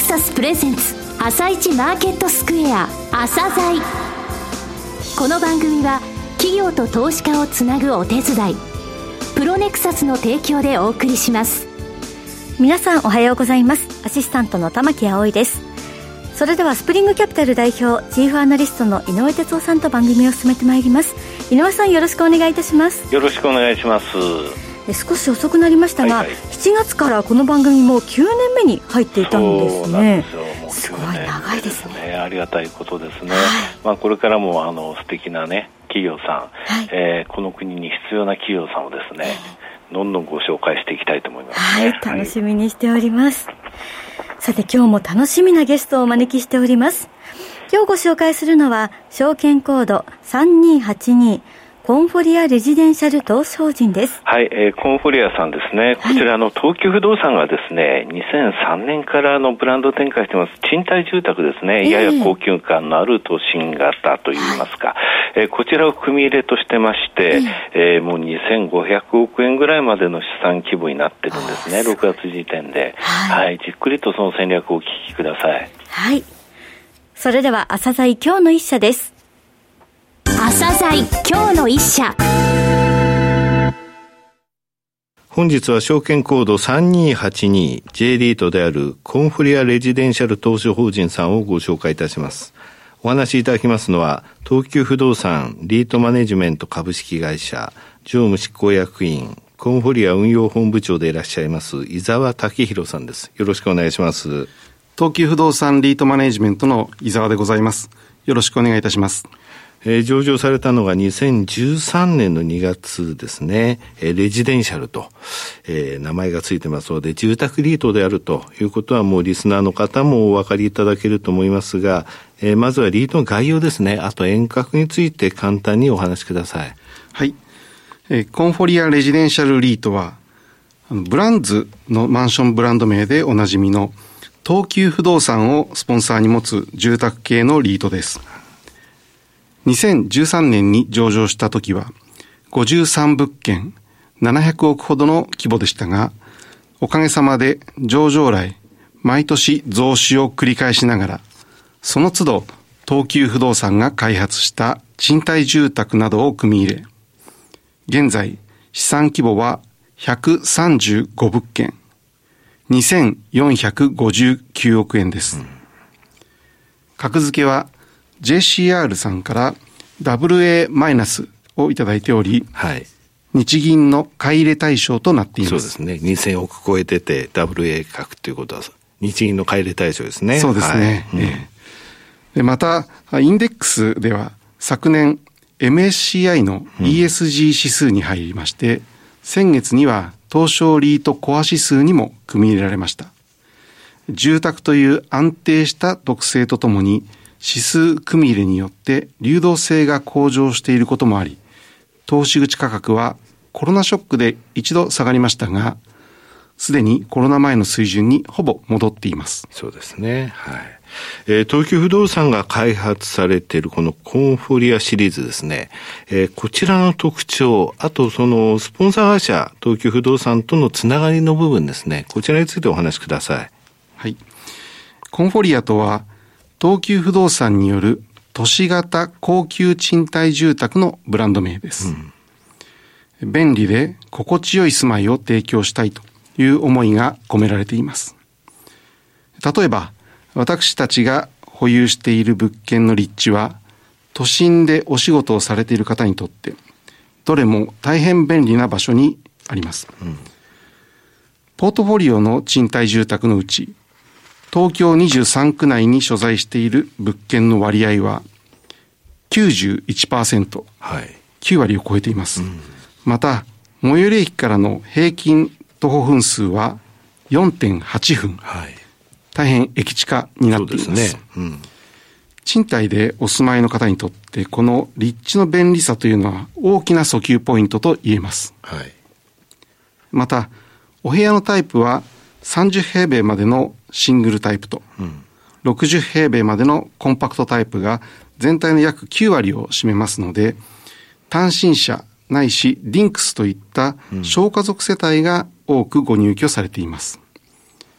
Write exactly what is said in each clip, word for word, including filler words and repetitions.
サスプレゼンツ朝一マーケットスクエア朝鮮。この番組は企業と投資家をつなぐお手伝いプロネクサスの提供でお送りします。 皆さんおはようございます。アシスタントの玉木葵です。それではスプリングキャピタル代表チーフアナリストの井上哲夫さんと番組を進めてまいります。井上さん、よろしくお願いいたします。 よろしくお願いします。 少し遅くなりましたが、はいはい、しちがつからこの番組もきゅうねんめに入っていたんですね。 そうなんですよ。もうすごい長いですね。 ありがたいことですね、 はい。 まあ、これからもあの素敵なね企業さん、 はい、 えー、この国に必要な企業さんをですね、えー、どんどんご紹介していきたいと思いますね。 はい、楽しみにしております、はい。さて今日も楽しみなゲストをお招きしております。今日ご紹介するのは証券コードさんにーはちにコンフォリアレジデンシャル投資法人です。 はい、えー、コンフォリアさんですね。こちらの東急不動産がですね、にせんさんねんからのブランド展開しています賃貸住宅ですね、えー、やや高級感のある都心型といいますか、はい、えー、こちらを組み入れとしてまして、えーえー、もうにせんごひゃくおくえんぐらいまでの資産規模になってるんですね。ろくがつ時点で、はい、はい、じっくりとその戦略をお聞きください。 はい、それでは朝鮮今日の一社です。 朝鮮今日の一社。 本日は証券コードさんにーはちに J リートであるコンフリアレジデンシャル投資法人さんをご紹介いたします。お話しいただきますのは東急不動産リートマネジメント株式会社常務執行役員コンフリア運用本部長でいらっしゃいます伊沢武弘さんです。よろしくお願いします。 東急不動産リートマネジメントの伊沢でございます。よろしくお願いいたします。 えー、上場されたのがにせんじゅうさんねんのにがつですね。えー、レジデンシャルと、えー、名前がついてますので住宅リートであるということはもうリスナーの方もお分かりいただけると思いますが、えー、まずはリートの概要ですね。あと遠隔について簡単にお話しください。 はい、えー、コンフォリアレジデンシャルリートはあのブランズのマンションブランド名でおなじみの東急不動産をスポンサーに持つ住宅系のリートです。にせんじゅうさんねんに上場した時はごじゅうさんぶっけんななひゃくおくほどの規模でしたが、おかげさまで上場来毎年増資を繰り返しながら、その都度東急不動産が開発した賃貸住宅などを組み入れ、現在資産規模はひゃくさんじゅうごぶっけんにせんよんひゃくごじゅうきゅうおくえんです。うん、格付けはジェイシーアール さんから ダブルエー マイナスをいただいており、はい、日銀の買い入れ対象となっています。 そうですね。にせんおく超えてて ダブルエー 格ということは日銀の買い入れ対象ですね。 そうですね。はい、えー、でまたインデックスでは昨年 エムエスシーアイ の イーエスジー 指数に入りまして、うん、先月には東証リートコア指数にも組み入れられました。住宅という安定した特性とともに指数組み入れによって流動性が向上していることもあり、投資口価格はコロナショックで一度下がりましたが、すでにコロナ前の水準にほぼ戻っています。 そうですね。はい。えー、東急不動産が開発されているこのコンフォリアシリーズですね。えー、こちらの特徴、あとそのスポンサー会社東急不動産とのつながりの部分ですね。こちらについてお話しください。 はい。コンフォリアとは東急不動産による都市型高級賃貸住宅のブランド名です。うん、便利で心地よい住まいを提供したいという思いが込められています。例えば、私たちが保有している物件の立地は、都心でお仕事をされている方にとって、どれも大変便利な場所にあります。うん、ポートフォリオの賃貸住宅のうち、東京にじゅうさんく内に所在している物件の割合は きゅうじゅういちパーセント、はい、きゅうわりを超えています。うん、また、最寄り駅からの平均徒歩分数は よんてんはちふん、はい、大変駅近になっています。そうですね。うん、賃貸でお住まいの方にとってこの立地の便利さというのは大きな訴求ポイントと言えます。はい、また、お部屋のタイプはさんじゅうへいべいまでのシングルタイプと、うん、ろくじゅうへいべいまでのコンパクトタイプが全体の約きゅうわりを占めますので、単身者ないしリンクスといった小家族世帯が多くご入居されています。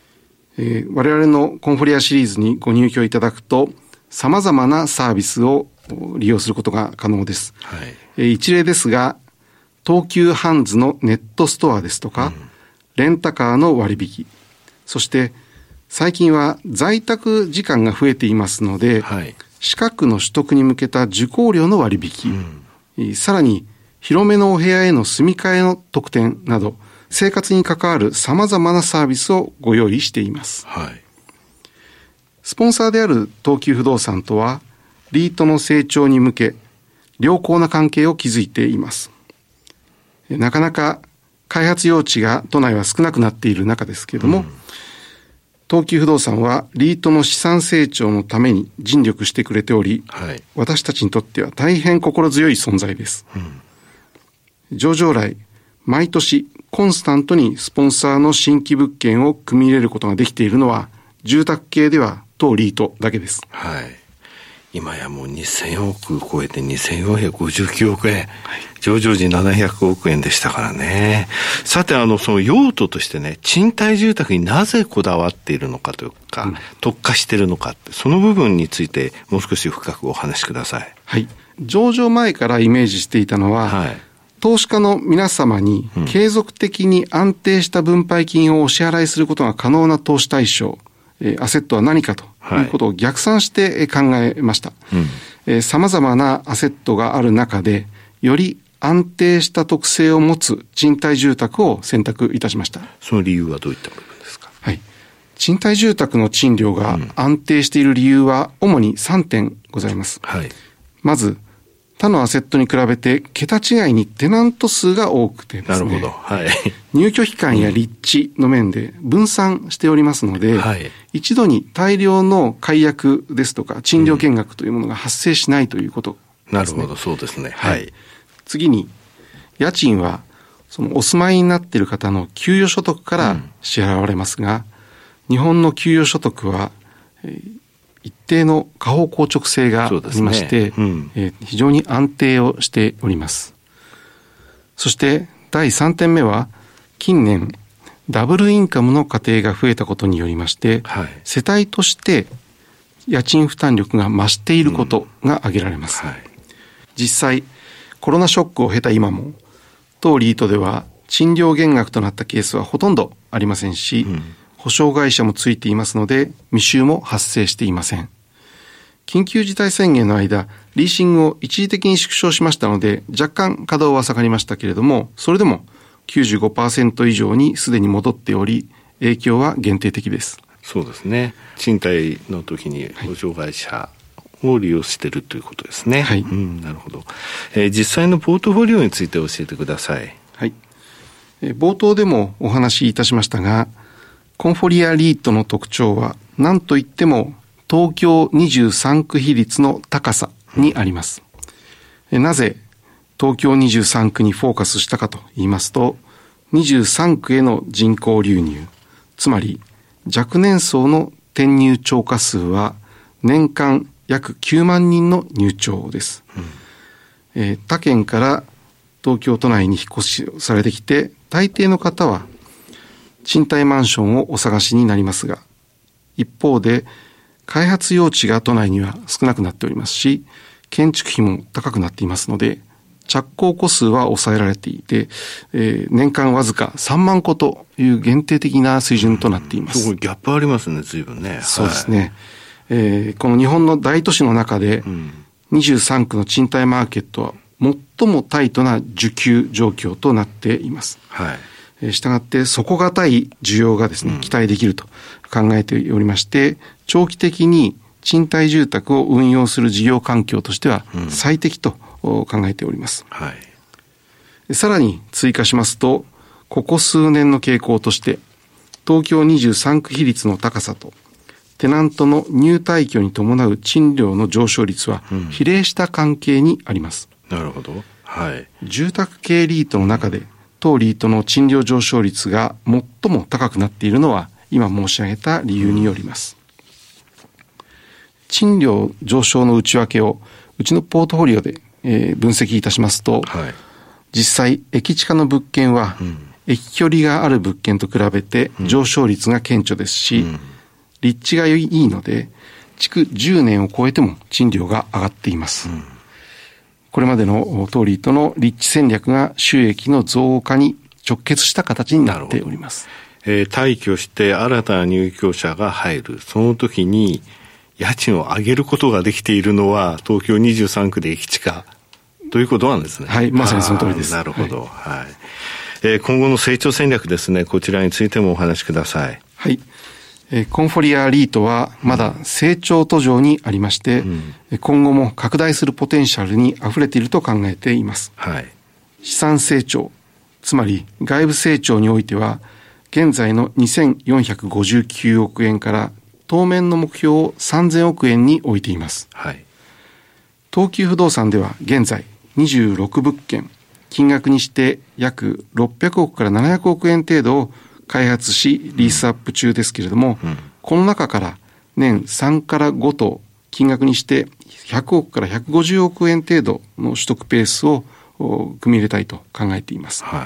えー、我々のコンフォリアシリーズにご入居いただくと、様々なサービスを利用することが可能です。はい、えー、一例ですが、東急ハンズのネットストアですとか、うん、レンタカーの割引、そして最近は在宅時間が増えていますので、はい、資格の取得に向けた受講料の割引、うん、さらに広めのお部屋への住み替えの特典など、生活に関わる様々なサービスをご用意しています。はい、スポンサーである東急不動産とは、リートの成長に向け、良好な関係を築いています。なかなか開発用地が都内は少なくなっている中ですけれども、うん、東急不動産はリートの資産成長のために尽力してくれており、はい、私たちにとっては大変心強い存在です。うん、上場来、毎年コンスタントにスポンサーの新規物件を組み入れることができているのは、住宅系では当リートだけです。 はい。今やもうにせんおく超えてにせんよんひゃくごじゅうきゅうおくえん、はい、上場時ななひゃくおくえんでしたからね。さて、あのその用途としてね、賃貸住宅になぜこだわっているのかというか、うん、特化しているのかって、その部分についてもう少し深くお話しください。 はい。上場前からイメージしていたのは、はい、投資家の皆様に継続的に安定した分配金をお支払いすることが可能な投資対象、アセットは何かということを逆算して考えました。はい、様々なアセットがある中で、より安定した特性を持つ賃貸住宅を選択いたしました。 その理由はどういった部分ですか？ はい。賃貸住宅の賃料が安定している理由は主にさんてんございます。はい、まず、他のアセットに比べて桁違いにテナント数が多くてですね。なるほど。はい。入居期間や立地の面で分散しておりますので、はい、一度に大量の解約ですとか賃料減額というものが発生しないということですね。 なるほど、そうですね。はい。はい、 次に、家賃はそのお住まいになっている方の給与所得から支払われますが、うん、日本の給与所得は、えー一定の下方硬直性がありまして、ね、うん、えー、非常に安定をしております。そしてだいさんてんめは、近年ダブルインカムの家庭が増えたことによりまして、はい、世帯として家賃負担力が増していることが挙げられます。うん、はい、実際コロナショックを経た今も当リートでは賃料減額となったケースはほとんどありませんし、うん、保証会社もついていますので、未収も発生していません。緊急事態宣言の間、リーシングを一時的に縮小しましたので、若干稼働は下がりましたけれども、それでも きゅうじゅうごパーセント 以上にすでに戻っており、影響は限定的です。 そうですね。賃貸の時に保証会社を利用しているということですね。はい。うん、なるほど。えー、実際のポートフォリオについて教えてください。 はい。えー、冒頭でもお話しいたしましたが、コンフォリアリートの特徴は何といっても東京にじゅうさんく比率の高さにあります。なぜ東京にじゅうさんくにフォーカスしたかと言いますと、にじゅうさんくへの人口流入、つまり若年層の転入超過数は年間約きゅうまんにんの入庁です。うん、えー、他県から東京都内に引っ越しされてきて、大抵の方は賃貸マンションをお探しになりますが、一方で開発用地が都内には少なくなっておりますし、建築費も高くなっていますので、着工戸数は抑えられていて、えー、年間わずかさんまんこという限定的な水準となっています。 すごいギャップありますね、随分ね。 そうですね。はい、えー、この日本の大都市の中で、にじゅうさんくの賃貸マーケットは最もタイトな需給状況となっています。はい。したがって底堅い需要がですね、期待できると考えておりまして、長期的に賃貸住宅を運用する事業環境としては最適と考えております。はい、さらに追加しますと、ここ数年の傾向として、東京にじゅうさんく比率の高さと、テナントの入退去に伴う賃料の上昇率は比例した関係にあります。 うん、なるほど。はい。 住宅系リートの中で、当リートの賃料上昇率が最も高くなっているのは今申し上げた理由によります。うん、賃料上昇の内訳をうちのポートフォリオで、えー、分析いたしますと、はい、実際駅地下の物件は、うん、 駅距離がある物件と比べて上昇率が顕著ですし、うん、立地がいいので、築じゅうねんを超えても賃料が上がっています。うん、これまでの当リートの立地戦略が収益の増加に直結した形になっております。 えー、退去して新たな入居者が入る。その時に家賃を上げることができているのは東京にじゅうさん区で駅地下ということなんですね。 はい、まさにその通りです。 なるほど。はい。はい、えー、今後の成長戦略ですね。こちらについてもお話しください。 はい。えー、コンフォリアリートはまだ成長途上にありまして、うん、今後も拡大するポテンシャルに溢れていると考えています。はい。資産成長、つまり外部成長においては、現在のにせんよんひゃくごじゅうきゅうおくえんから当面の目標をさんぜんおくえんに置いています。はい。東急不動産では現在にじゅうろくぶっけん、金額にして約ろっぴゃくおくからななひゃくおくえん程度を開発しリースアップ中ですけれども、うんうん、この中から年さんからごとう、金額にしてひゃくおくからひゃくごじゅうおくえん程度の取得ペースを組み入れたいと考えています。はい、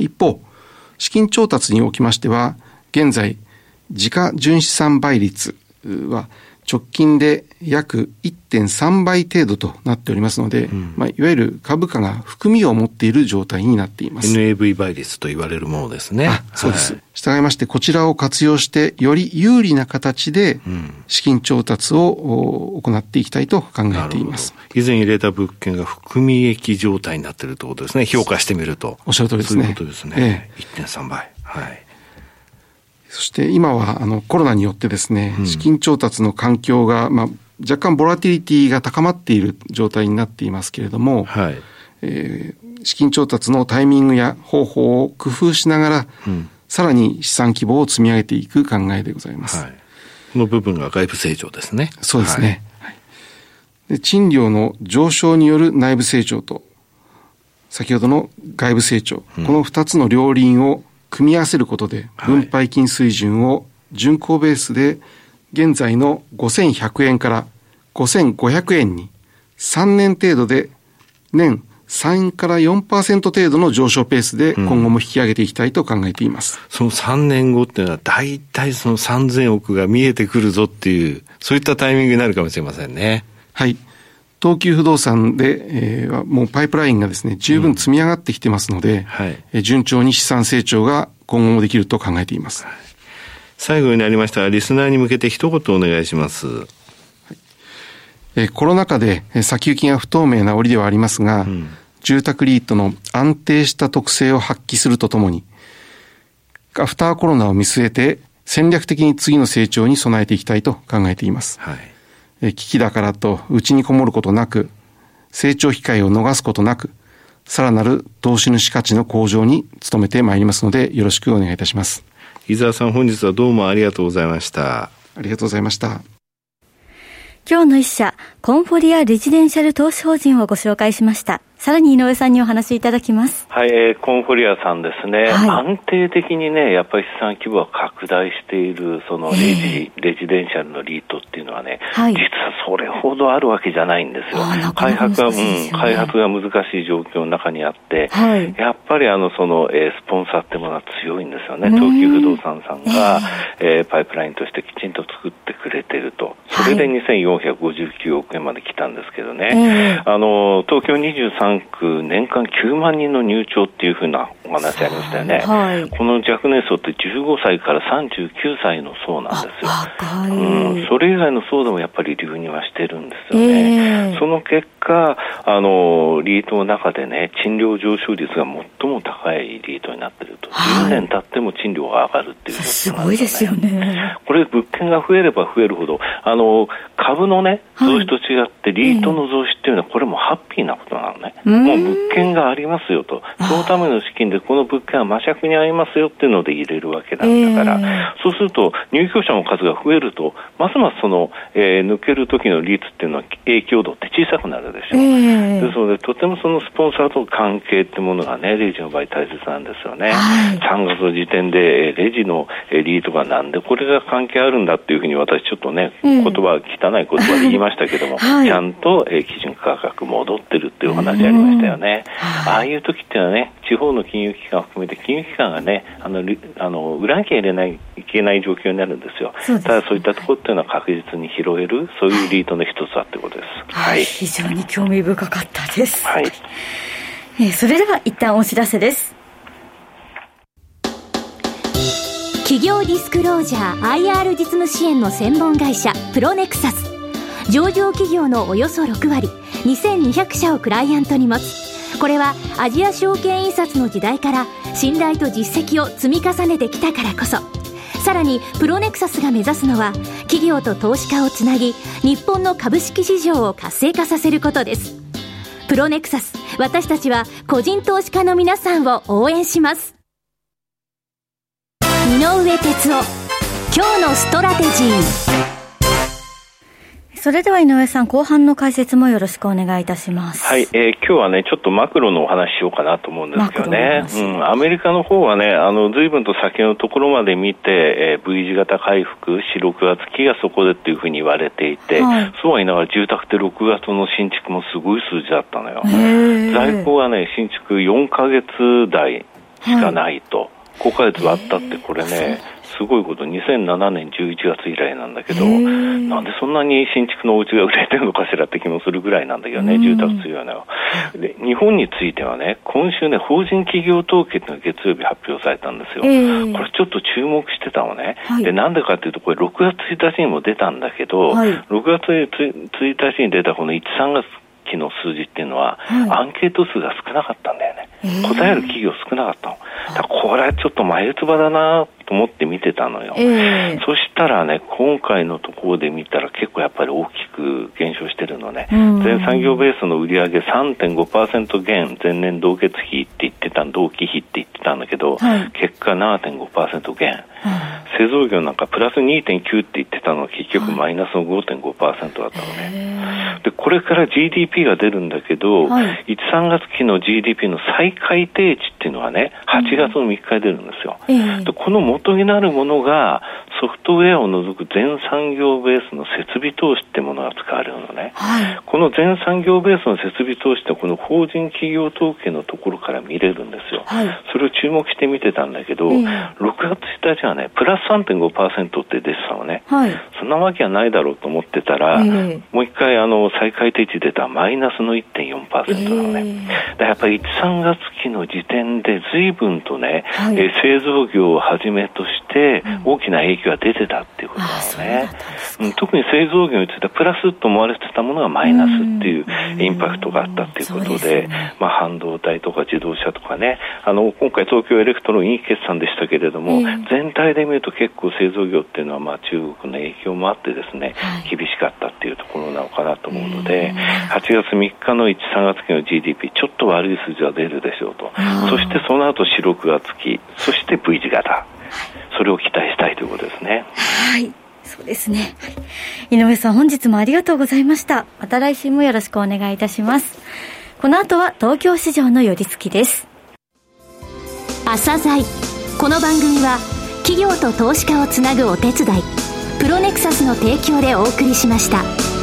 一方、資金調達におきましては、現在、時価純資産倍率は直近で約 いってんさんばい程度となっておりますので、うん、まあ、いわゆる株価が含みを持っている状態になっています。 エヌエーブイ 倍率と言われるものですね。 あ、そうです。はい、従いまして、こちらを活用して、より有利な形で資金調達を行っていきたいと考えています。 以前入れた物件が含み益状態になっているということですね。評価してみると。 おっしゃる通りですね。 そういうことですね。ええ、いってんさんばい。はい。 そして今はあのコロナによってですね、うん、資金調達の環境が、まあ、若干ボラティリティが高まっている状態になっていますけれども、はい、えー、資金調達のタイミングや方法を工夫しながら、うん、さらに資産規模を積み上げていく考えでございます。はい、 この部分が外部成長ですね。 そうですね。はい、で賃料の上昇による内部成長と先ほどの外部成長、うん、このふたつの両輪を組み合わせることで分配金水準を巡航ベースで現在のごせんひゃくえんからごせんごひゃくえんにさんねん程度で年さんから よんパーセント 程度の上昇ペースで今後も引き上げていきたいと考えています。 うん、そのさんねんごっていうのは大体そのさんぜんおくが見えてくるぞっていうそういったタイミングになるかもしれませんね。 はい。東急不動産で、えー、もうパイプラインがですね、十分積み上がってきてますので、うん、はい、えー、順調に資産成長が今後もできると考えています。はい、 最後になりましたが、リスナーに向けて一言お願いします。はい、 えー、コロナ禍で先行きが不透明な折ではありますが、うん、住宅リートの安定した特性を発揮するとともに、アフターコロナを見据えて戦略的に次の成長に備えていきたいと考えています。はい、危機だからと内にこもることなく、成長機会を逃すことなく、さらなる投資主価値の向上に努めてまいりますので、よろしくお願いいたします。 伊沢さん、本日はどうもありがとうございました。 ありがとうございました。 今日の一社、コンフォリアレジデンシャル投資法人をご紹介しました。さらに井上さんにお話しいただきます。 はい、えー、コンフォリアさんですね、はい、安定的にね、やっぱり資産規模が拡大している、そのレジ、えー、レジデンシャルのリートっていうのはね、はい、実はそれほどあるわけじゃないんですよ。開発が、うん、開発が難しい状況の中にあって、はい、やっぱりあの、その、えー、スポンサーってものは強いんですよね。東急不動産さんが、えーえー、パイプラインとしてきちんと作ってくれてると。それでにせんよんひゃくごじゅうきゅうおくえんまで来たんですけどね、えー、あの、東京にじゅうさんく年間きゅうまんにんの入庁っていうふうなお話ありましたよね。はい、この若年層ってじゅうごさいからさんじゅうきゅうさいの層なんですよ。うん、それ以外の層でもやっぱり流入はしてるんですよね。えー、その結果、あの、リートの中でね、賃料上昇率が最も高いリートになっていると。はい、じゅうねん経っても賃料が上がるっていう状況なんですよね。 すごいですよね。 これ物件が増えれば増えるほど、あの、株のね、増資と違ってリートの増資っていうのはこれもハッピーなことなのね。えー、もう物件がありますよと。そのための資金でこの物件は魔借に合いますよっていうので入れるわけなんだから、えー、そうすると入居者の数が増えると、ますますその、えー、抜ける時の率っていうのは影響度って小さくなるでしょう。えー、ですのでとてもそのスポンサーとの関係っていうものがね、レジの場合大切なんですよね。はい、さんがつの時点でレジのリートがなんでこれが関係あるんだっていうふうに私ちょっとね、言葉汚ない言葉で言いましたけども、はい、ちゃんと、えー、基準価格戻ってるっていうお話ありましたよね。ああいう時っていうのはね、地方の金融機関を含めて金融機関がね、あのあの売らなきゃいけないいけない状況になるんですよ。そうですね。ただそういったところっていうのは確実に拾える、そういうリードの一つだってことです。 はい、はい、非常に興味深かったです。 はい。 えー、それでは一旦お知らせです。 企業ディスクロージャー アイアール 実務支援の専門会社プロネクサス。上場企業のおよそろくわり、にせんにひゃくしゃをクライアントに持つ。これはアジア証券印刷の時代から信頼と実績を積み重ねてきたからこそ。さらにプロネクサスが目指すのは企業と投資家をつなぎ、日本の株式市場を活性化させることです。プロネクサス、私たちは個人投資家の皆さんを応援します。井上哲夫、今日のストラテジー。 それでは井上さん、後半の解説もよろしくお願いいたします。 はい、えー、今日はねちょっとマクロのお話しようかなと思うんですよね。うん、アメリカの方はね、あの随分と先のところまで見て、えー、V 字型回復しろくがつ期がそこでっていうふうに言われていて、はい、そうは言いながら住宅ってろくがつの新築もすごい数字だったのよ。在庫はね新築よんかげつ台しかないと、はい、ごかげつ割ったって、これねすごいこと、にせんななねんじゅういちがつ以来なんだけど、なんでそんなに新築のお家が売れてるのかしらって気もするぐらいなんだけどね、住宅強いのよ。で、日本についてはね、今週ね、法人企業統計っていうのが月曜日発表されたんですよ。これちょっと注目してたのね。はい、で、なんでかっていうと、これろくがつついたちにも出たんだけど、はい、ろくがつついたちに出たこのいち、さんがつ期の数字っていうのは、はい、アンケート数が少なかったんだよね。答える企業少なかったの。だからこれはちょっと眉唾だなと思って見てたのよ。えー、そしたらね、今回のところで見たら結構やっぱり大きく減少してるのね。全産業ベースの売上 さんてんごパーセント 減、前年同月比って言ってた、同期比って言ってたんだけど、はい、結果 ななてんごパーセント 減。製造業なんかプラス にてんきゅう って言ってたのが結局マイナスの ごてんごパーセント だったのね。で、これから ジーディーピー が出るんだけど、はい、いち、さんがつ期の ジーディーピー の最改定値っていうのはね、はちがつのみっかに出るんですよ。うん、でこの元になるものがソフトウェアを除く全産業ベースの設備投資ってものが使われるのね。はい、この全産業ベースの設備投資ってこの法人企業統計のところから見れるんですよ。はい、それを注目して見てたんだけど、うん、ろくがつついたちはね、プラス さんてんごパーセント って出てたのね。はい、そんなわけはないだろうと思ってたら、えー、もう一回あの最改定値出たマイナスの いってんよんパーセント なのね。えー、だやっぱりいち、さんがつ期の時点で随分とね、はい、えー、製造業をはじめとして大きな影響が出てたっていうことなのね。うん、特に製造業についてはプラスと思われてたものがマイナスっていうインパクトがあったっていうことで、でね、まあ、半導体とか自動車とかね、あの今回東京エレクトロンいい決算でしたけれども、えー、全体で見ると結構製造業っていうのはまあ中国の影響もあってですね、はい、厳しかったっていうところなのかなと思うので、はちがつみっかのいち、さんがつ期の ジーディーピー ちょっと悪い数字は出るでしょうと。そしてその後しろくがつ期、そして V 字型、それを期待したいということですね。 はい、そうですね。井上さん、本日もありがとうございました。また来週もよろしくお願いいたします。この後は東京市場の寄り付きです。 朝鮮、この番組は企業と投資家をつなぐお手伝い、プロネクサスの提供でお送りしました。